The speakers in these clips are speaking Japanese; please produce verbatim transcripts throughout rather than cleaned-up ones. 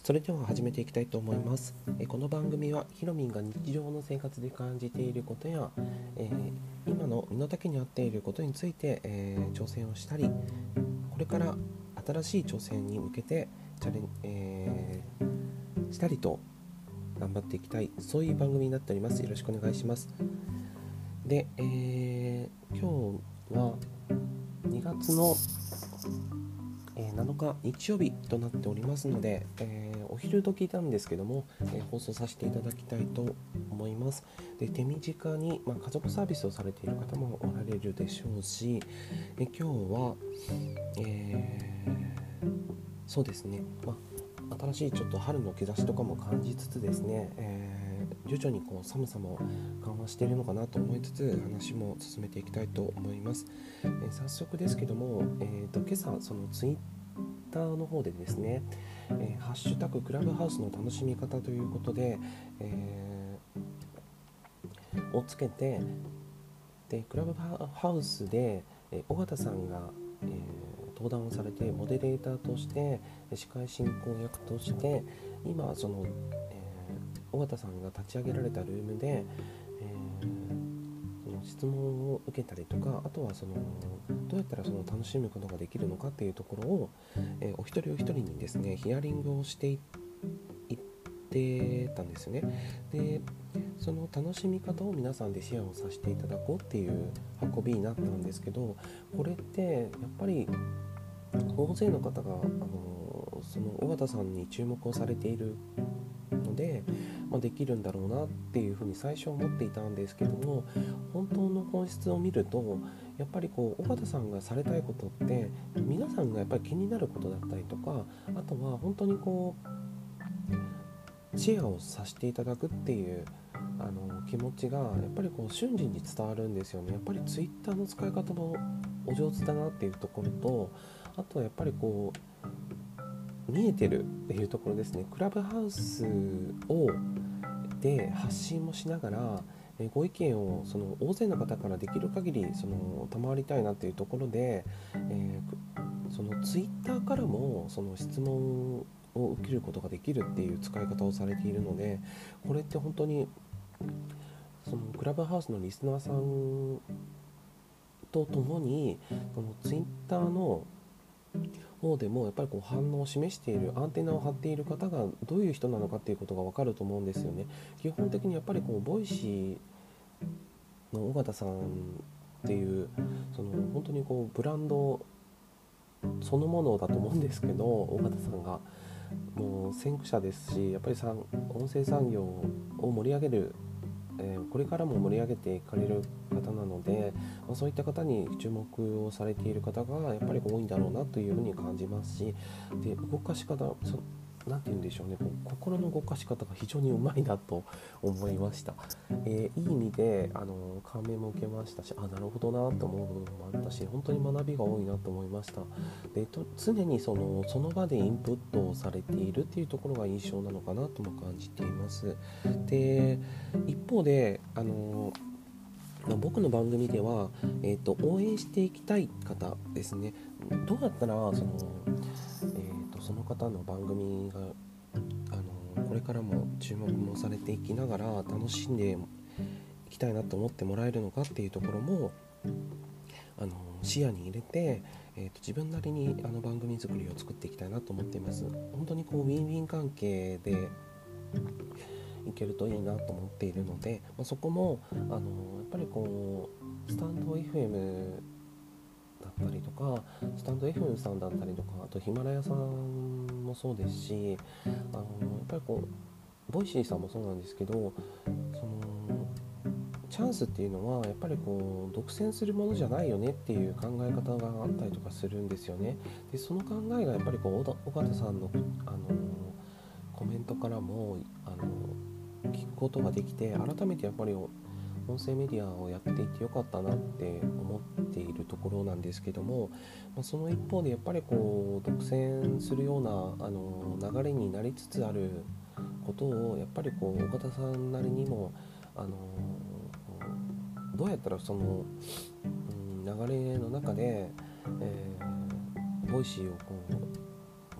それでは始めていきたいと思います。えこの番組はひろみんが日常の生活で感じていることや、えー、今の身の丈に合っていることについて、えー、挑戦をしたり、これから新しい挑戦に向けてチャレン、えー、したりと頑張っていきたい、そういう番組になっております。よろしくお願いします。で、えー、今日はにがつのえー、なのか日曜日となっておりますので、えー、お昼時なんですけども、えー、放送させていただきたいと思います。で、手短に、まあ、家族サービスをされている方もおられるでしょうし、えー、今日は、えー、そうですね、まあ、新しいちょっと春の兆しとかも感じつつですね、えー、徐々にこう寒さも緩和しているのかなと思いつつ話も進めていきたいと思います。えー、早速ですけども、えー、と今朝そのツイッターの方でですね、えー、ハッシュタグクラブハウスの楽しみ方ということで、えー、をつけて、でクラブハウスで、えー、尾形さんが、えー、登壇をされてモデレーターとして司会進行役として今その、えー、尾形さんが立ち上げられたルームで、えー、その質問を受けたりとか、あとはそのどうやったらその楽しむことができるのかっていうところを、えー、お一人お一人にですねヒアリングをしていってたんですよね。でその楽しみ方を皆さんでシェアをさせていただこうっていう運びになったんですけど、これってやっぱり大勢の方が、あのその尾形さんに注目をされているので、まあ、できるんだろうなっていうふうに最初は思っていたんですけども、本当の本質を見るとやっぱりこう尾形さんがされたいことって皆さんがやっぱり気になることだったりとか、あとは本当にこうシェアをさせていただくっていうあの気持ちがやっぱりこう瞬時に伝わるんですよね。やっぱりツイッターの使い方もお上手だなっていうところと、あとはやっぱりこう見えてるっていうところですね。クラブハウスをで発信もしながら、えご意見をその大勢の方からできる限りその賜りたいなっていうところで、えー、そのツイッターからもその質問を受けることができるっていう使い方をされているので、これって本当にそのクラブハウスのリスナーさんとともにこのツイッターの方でもやっぱりこう反応を示している、アンテナを張っている方がどういう人なのかっていうことが分かると思うんですよね。基本的にやっぱりこうボイシーの尾形さんっていうその本当にこうブランドそのものだと思うんですけど、尾形さんがもう先駆者ですし、やっぱり音声産業を盛り上げる、えー、これからも盛り上げていかれる方なので、まあ、そういった方に注目をされている方がやっぱり多いんだろうなというふうに感じますし、で動かし方、そなんて言うんでしょうね、こう心の動かし方が非常にうまいなと思いました。えー、いい意味であの感銘も受けましたし、あ、なるほどなと思う部分もあったし、本当に学びが多いなと思いました。でと常にそのその場でインプットをされているっていうところが印象なのかなとも感じています。で一方であの僕の番組では、えーと、応援していきたい方ですね、どうやったらその、えーと、その方の番組があのこれからも注目もされていきながら楽しんでいきたいなと思ってもらえるのかっていうところもあの視野に入れて、えーと、自分なりにあの番組作りを作っていきたいなと思っています。本当にこうウィンウィン関係でいけるといいなと思っているので、まあ、そこもあのやっぱりこうスタンド エフエム だったりとか、スタンド エフエム さんだったりとか、あとヒマラヤさんもそうですし、あのやっぱりこうボイシーさんもそうなんですけど、そのチャンスっていうのはやっぱりこう独占するものじゃないよねっていう考え方があったりとかするんですよね。でその考えがやっぱりこう尾形さんの、あのコメントからもあの聞くことができて、改めてやっぱり音声メディアをやっていてよかったなって思っているところなんですけども、まあ、その一方でやっぱりこう独占するようなあの流れになりつつあることをやっぱりこう尾形さんなりにもあのどうやったらその、うん、流れの中で、えー、ボイシーをこう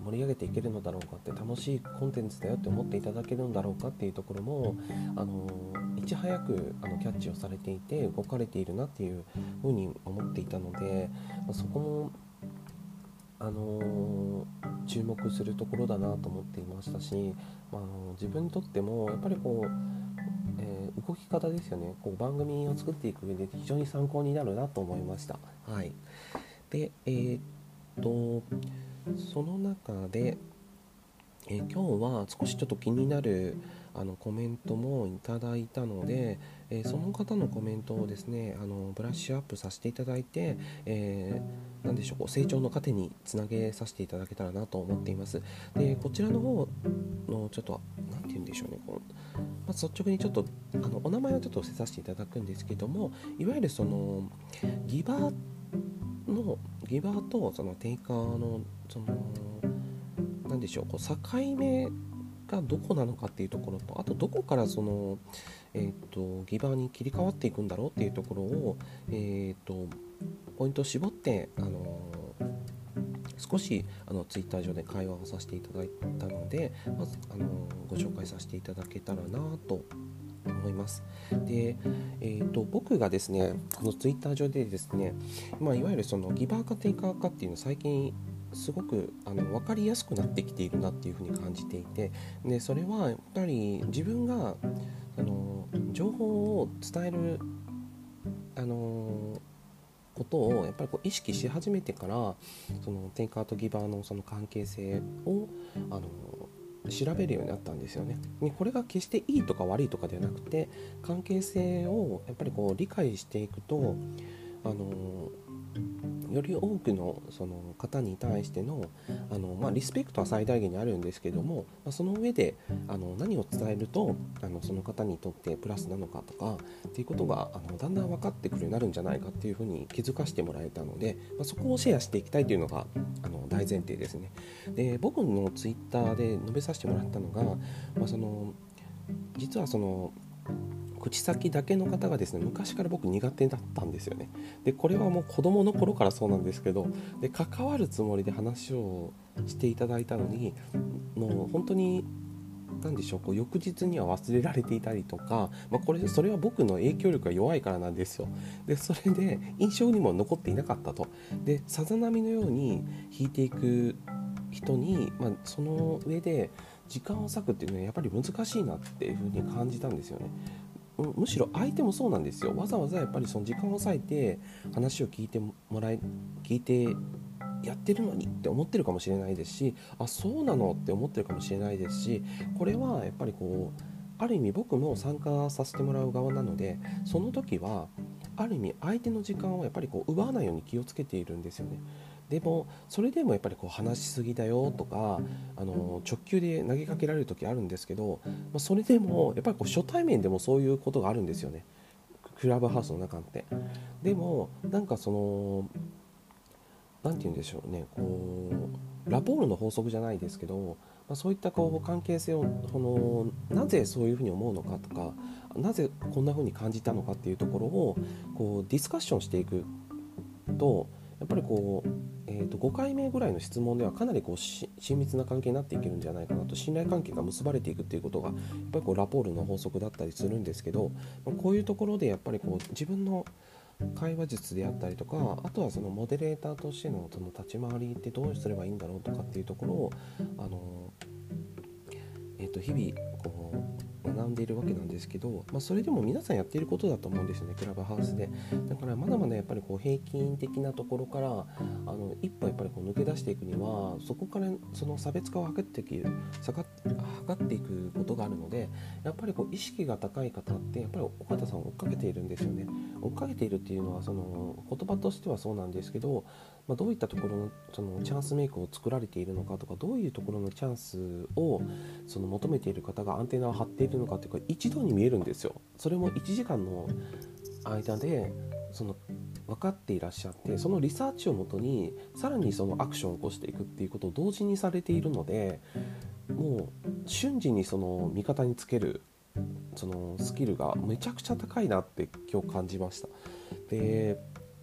盛り上げていけるのだろうかって、楽しいコンテンツだよって思っていただけるんだろうかっていうところもあのいち早くあのキャッチをされていて動かれているなっていうふうに思っていたので、まあ、そこもあの注目するところだなと思っていましたし、まあ、あの自分にとってもやっぱりこう、えー動き方ですよね。こう番組を作っていく上で非常に参考になるなと思いました。はい。で、えーっとその中で、えー今日は少しちょっと気になるあのコメントもいただいたので、えーその方のコメントをですねあのブラッシュアップさせていただいて、えー、なんでしょうこう成長の糧につなげさせていただけたらなと思っています。でこちらの方のちょっとなんて言うんでしょうね、こうまず率直にちょっとあのお名前をちょっと伏せさせていただくんですけども、いわゆるそのギバーのギバーとそのテイカーのそのなんでしょうこう境目がどこなのかっていうところと、あとどこからその、えー、とギバーに切り替わっていくんだろうっていうところを、えー、とポイントを絞って、あの少しあのツイッター上で会話をさせていただいたので、まず、あのご紹介させていただけたらなと思います。で、えー、と僕がですねこのツイッター上でですね、まあ、いわゆるそのギバーかテイカーかっていうのを最近すごくあの分かりやすくなってきているなっていうふうに感じていて、でそれはやっぱり自分があの情報を伝えるあのことをやっぱりこう意識し始めてから、そのテイカーとギバーのその関係性をあの調べるようになったんですよね。でこれが決していいとか悪いとかではなくて、関係性をやっぱりこう理解していくと、あのより多くのその方に対してのあの、まあ、リスペクトは最大限にあるんですけども、まあ、その上であの何を伝えるとあのその方にとってプラスなのかとかっていうことがあのだんだん分かってくるようになるんじゃないかっていうふうに気づかせてもらえたので、まあ、そこをシェアしていきたいというのがあの大前提ですね。で僕のツイッターで述べさせてもらったのが、まあ、その実はその口先だけの方がですね昔から僕苦手だったんですよね。でこれはもう子供の頃からそうなんですけど、で関わるつもりで話をしていただいたのにもう本当に何でしょうこう翌日には忘れられていたりとか、まあ、これそれは僕の影響力が弱いからなんですよ。でそれで印象にも残っていなかったと。でさざ波のように弾いていく人に、まあ、その上で時間を割くっていうのはやっぱり難しいなっていうふうに感じたんですよね。むむしろ相手もそうなんですよ。わざわざやっぱりその時間を割いて話を聞いてもらい聞いてやってるのにって思ってるかもしれないですし、あそうなのって思ってるかもしれないですし、これはやっぱりこうある意味僕も参加させてもらう側なので、その時はある意味相手の時間をやっぱりこう奪わないように気をつけているんですよね。でもそれでもやっぱりこう話しすぎだよとかあの直球で投げかけられる時あるんですけど、まあ、それでもやっぱりこう初対面でもそういうことがあるんですよね、クラブハウスの中って。でもなんかそのなんて言うんでしょうね、こうラポールの法則じゃないですけど、まあ、そういったこう関係性をこのなぜそういうふうに思うのかとか、なぜこんなふうに感じたのかっていうところをこうディスカッションしていくと、やっぱりこう、えー、とごかいめぐらいの質問ではかなりこうし親密な関係になっていけるんじゃないかなと、信頼関係が結ばれていくっていうことがやっぱりこうラポールの法則だったりするんですけど、まあ、こういうところでやっぱりこう自分の会話術であったりとか、あとはそのモデレーターとしてのその立ち回りってどうすればいいんだろうとかっていうところをあの、えー、と日々こう学んでいるわけなんですけど、まあ、それでも皆さんやっていることだと思うんですよね、クラブハウスで。だからまだまだやっぱりこう平均的なところからあの一歩やっぱりこう抜け出していくには、そこからその差別化を図っていく下が測っていくことがあるので、やっぱりこう意識が高い方ってやっぱり岡田さんを追っかけているんですよね。追っかけているっていうのはその言葉としてはそうなんですけど、まあ、どういったところのそのチャンスメイクを作られているのかとか、どういうところのチャンスをその求めている方がアンテナを張っているのかっていうか一度に見えるんですよ。それもいちじかんの間でその分かっていらっしゃって、そのリサーチをもとにさらにそのアクションを起こしていくっていうことを同時にされているので、もう瞬時にその味方につけるそのスキルがめちゃくちゃ高いなって今日感じました。で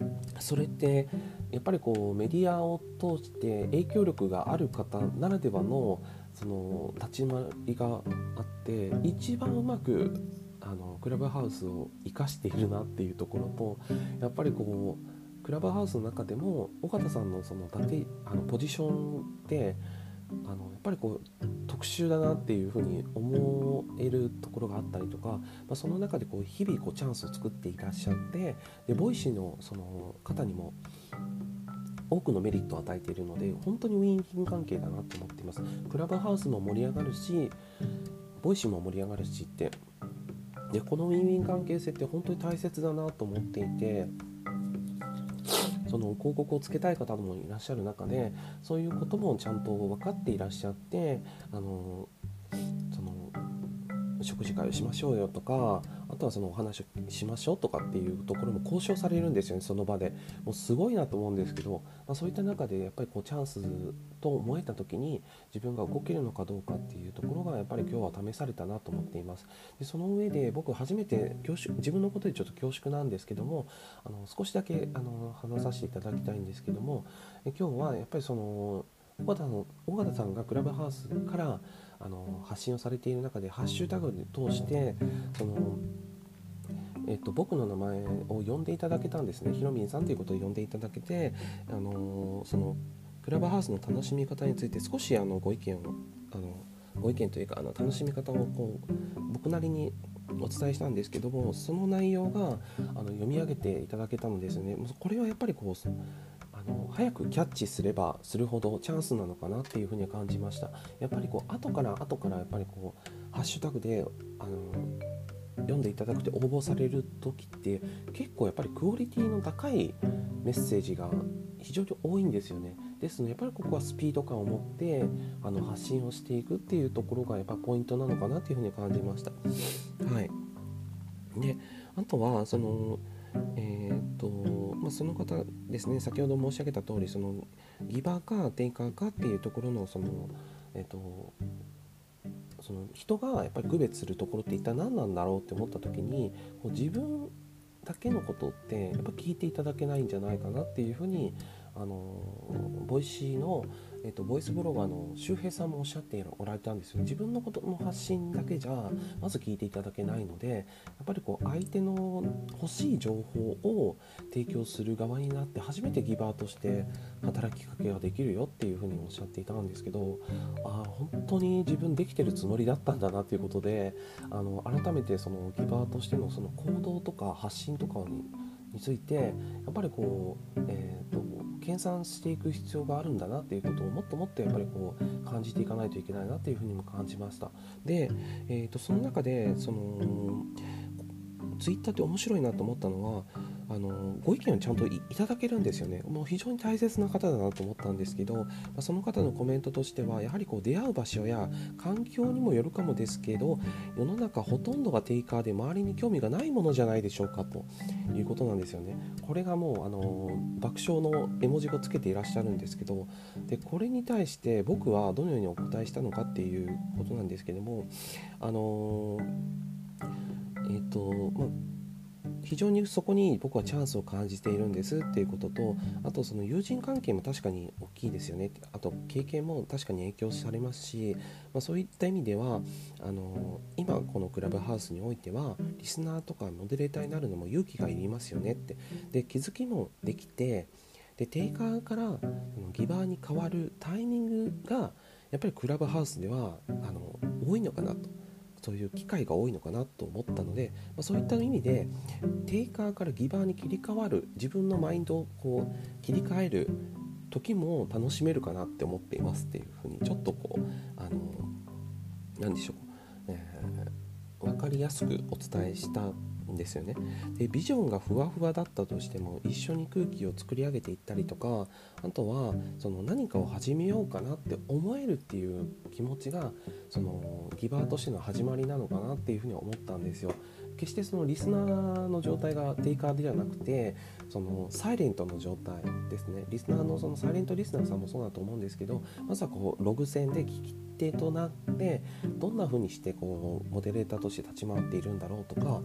それってやっぱりこうメディアを通して影響力がある方ならではのその立ち回りがあって、一番うまくあのクラブハウスを生かしているなっていうところと、やっぱりこうクラブハウスの中でも尾形さんのその立てあのポジションってあのやっぱりこう特殊だなっていうふうに思えるところがあったりとか、まあ、その中でこう日々こうチャンスを作っていらっしゃって、でボイシーのその方にも多くのメリットを与えているので、本当にウィンウィン関係だなと思っています。クラブハウスも盛り上がるし、ボイシーも盛り上がるしって、でこのウィンウィン関係性って本当に大切だなと思っていて、その広告をつけたい方もいらっしゃる中で、そういうこともちゃんと分かっていらっしゃって、あのその食事会をしましょうよとか、あとはそのお話をしましょうとかっていうところも交渉されるんですよね、その場で。もうすごいなと思うんですけど、まあ、そういった中でやっぱりこうチャンスと思えた時に自分が動けるのかどうかっていうところがやっぱり今日は試されたなと思っています。でその上で僕初めて恐縮自分のことでちょっと恐縮なんですけども、あの少しだけあの話させていただきたいんですけども、え今日はやっぱりその尾形の尾形さんがクラブハウスからあの発信をされている中でハッシュタグで通してその、えっと、僕の名前を呼んでいただけたんですね。ひろみんさんということを呼んでいただけて、あのそのクラブハウスの楽しみ方について少しあのご意見をあのご意見というかあの楽しみ方をこう僕なりにお伝えしたんですけども、その内容があの読み上げていただけたのですね。これはやっぱりこうあの早くキャッチすればするほどチャンスなのかなっていうふうに感じました。やっぱりこう後から後からやっぱりこうハッシュタグであの読んでいただくて応募される時って結構やっぱりクオリティの高いメッセージが非常に多いんですよね。ですのでやっぱりここはスピード感を持ってあの発信をしていくっていうところがやっぱポイントなのかなっていうふうに感じました。はい。で、あとはそのえーとまあ、その方ですね、先ほど申し上げた通り、そのギバーかテイカーかっていうところのその、えーとその人がやっぱり区別するところって一体何なんだろうって思った時に、こう自分だけのことってやっぱ聞いていただけないんじゃないかなっていうふうに、あのボイシーの、えっと、ボイスブロガーの周平さんもおっしゃっておられたんですよ。自分のことの発信だけじゃまず聞いていただけないので、やっぱりこう相手の欲しい情報を提供する側になって初めてギバーとして働きかけができるよっていうふうにおっしゃっていたんですけど、あ本当に自分できてるつもりだったんだなということで、あの改めてそのギバーとしてのその行動とか発信とかにについてやっぱりこう、えーと、計算していく必要があるんだなっていうことをもっともっとやっぱりこう感じていかないといけないなっていうふうにも感じました。で、えーと、その中でそのツイッターって面白いなと思ったのは、あのご意見をちゃんと い, いただけるんですよね。もう非常に大切な方だなと思ったんですけど、まあ、その方のコメントとしてはやはりこう出会う場所や環境にもよるかもですけど、世の中ほとんどがテイカーで周りに興味がないものじゃないでしょうかということなんですよね。これがもうあの爆笑の絵文字をつけていらっしゃるんですけど、でこれに対して僕はどのようにお答えしたのかっていうことなんですけども、あのえっ、ー、とまあ非常にそこに僕はチャンスを感じているんですっていうことと、あとその友人関係も確かに大きいですよね。あと経験も確かに影響されますし、まあ、そういった意味ではあの今このクラブハウスにおいてはリスナーとかモデレーターになるのも勇気がいりますよねって。で気づきもできて、でテイカーからギバーに変わるタイミングがやっぱりクラブハウスではあの多いのかなと、そういう機会が多いのかなと思ったので、まあ、そういった意味でテイカーからギバーに切り替わる、自分のマインドをこう切り替える時も楽しめるかなって思っていますっていうふうにちょっとこうあの何でしょう、えー、分かりやすくお伝えしたんですよね。でビジョンがふわふわだったとしても一緒に空気を作り上げていったりとか、あとはその何かを始めようかなって思えるっていう気持ちがそのギバーとしての始まりなのかなっていうふうに思ったんですよ。決してそのリスナーの状態がテイカーではなくて、そのサイレントの状態ですね。リスナーのそのサイレントリスナーさんもそうだと思うんですけど、まずはこうログ戦で聞き手となってどんな風にしてこうモデレーターとして立ち回っているんだろうとか、相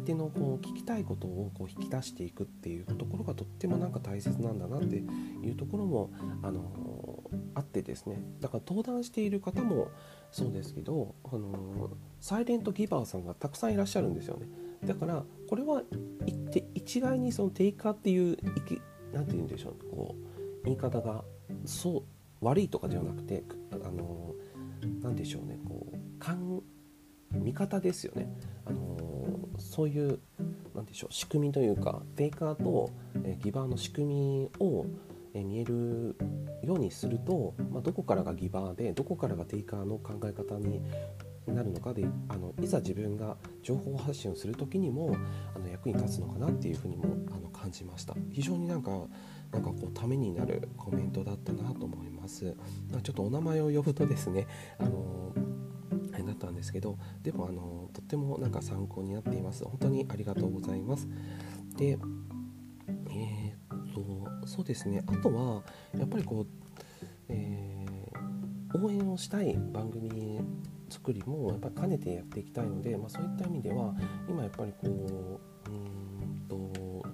手のこう聞きたいことをこう引き出していくっていうところがとってもなんか大切なんだなっていうところもあのあってですね。だから登壇している方もそうですけど、あのサイレントギバーさんがたくさんいらっしゃるんですよね。だからこれは一概にそのテイカーっていうなんて言うんでしょう、こう言い方がそう悪いとかではなくて、あのなんでしょうね、こう勘見方ですよね。あのそういうなんでしょう仕組みというか、テイカーと、えー、ギバーの仕組みを、えー、見えるようにすると、まあ、どこからがギバーでどこからがテイカーの考え方になるのかで、あのいざ自分が情報発信をするときにもあの役に立つのかなっていうふうにもあの感じました。非常になんかなんかこうためになるコメントだったなと思います。ちょっとお名前を呼ぶとですね、あのあれだったんですけど、でもあのとってもなんか参考になっています。本当にありがとうございます。で、えー、っとそうですね、あとはやっぱりこう、えー、応援をしたい番組作りもやっぱり兼ねてやっていきたいので、まあ、そういった意味では今やっぱりこううーんと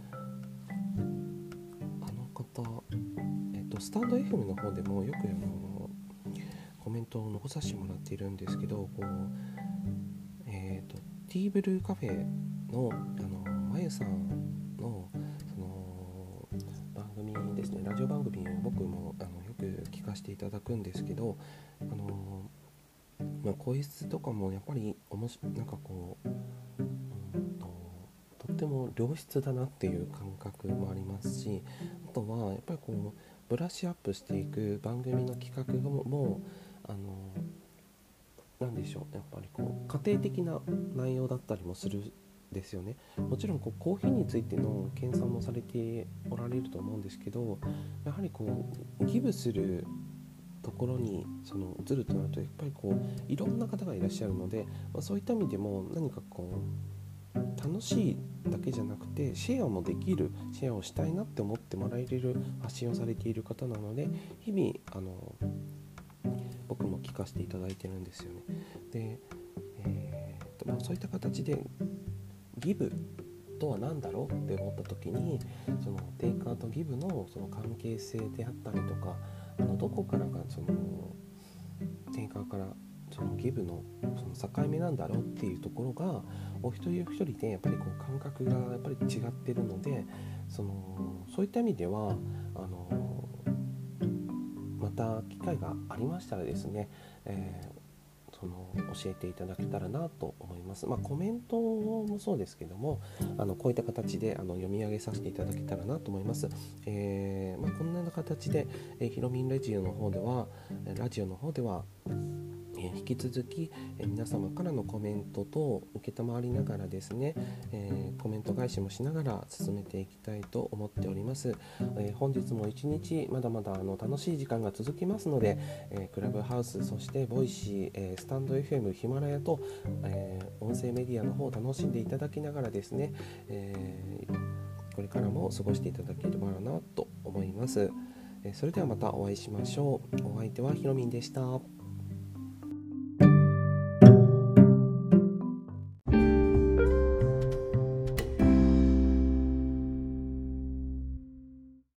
あの方、えっと、スタンド エフエム の方でもよくあのコメントを残させてもらっているんですけど、こう、えーと、ティーブルーカフェのあのまゆさんのその番組ですね、ラジオ番組を僕もあのよく聞かせていただくんですけど、あのまあ、声質とかもやっぱりおもしなんかこう、うんと、とっても良質だなっていう感覚もありますし、あとはやっぱりこうブラッシュアップしていく番組の企画も、もあのなんでしょう、やっぱりこう家庭的な内容だったりもするですよね。もちろんこうコーヒーについての研鑽もされておられると思うんですけど、やはりこうギブするところにその移るとなるとやっぱりこういろんな方がいらっしゃるので、まあ、そういった意味でも何かこう楽しいだけじゃなくてシェアもできる、シェアをしたいなって思ってもらえる発信をされている方なので、日々あの僕も聞かせていただいてるんですよね。で、えーとまあ、そういった形でギブとは何だろうって思った時に、そのテイカーとギブのその関係性であったりとか、あのどこからがそのテイカーからそのギブのその境目なんだろうっていうところがお一人お一人でやっぱりこう感覚がやっぱり違ってるので、そのそういった意味ではあのまた機会がありましたらですね、えーその教えていただけたらなと思います。まあ、コメントもそうですけども、あのこういった形であの読み上げさせていただけたらなと思います。えーまあ、こんな形で、えー、ひろみんラジオの方ではラジオの方ではえー、引き続き、えー、皆様からのコメントと受けたまわりながらですね、えー、コメント返しもしながら進めていきたいと思っております。えー、本日も一日まだまだあの楽しい時間が続きますので、えー、クラブハウス、そしてボイシー、えー、スタンド エフエム、ヒマラヤと、えー、音声メディアの方を楽しんでいただきながらですね、えー、これからも過ごしていただければなと思います。えー、それではまたお会いしましょう。お相手はひろみんでした。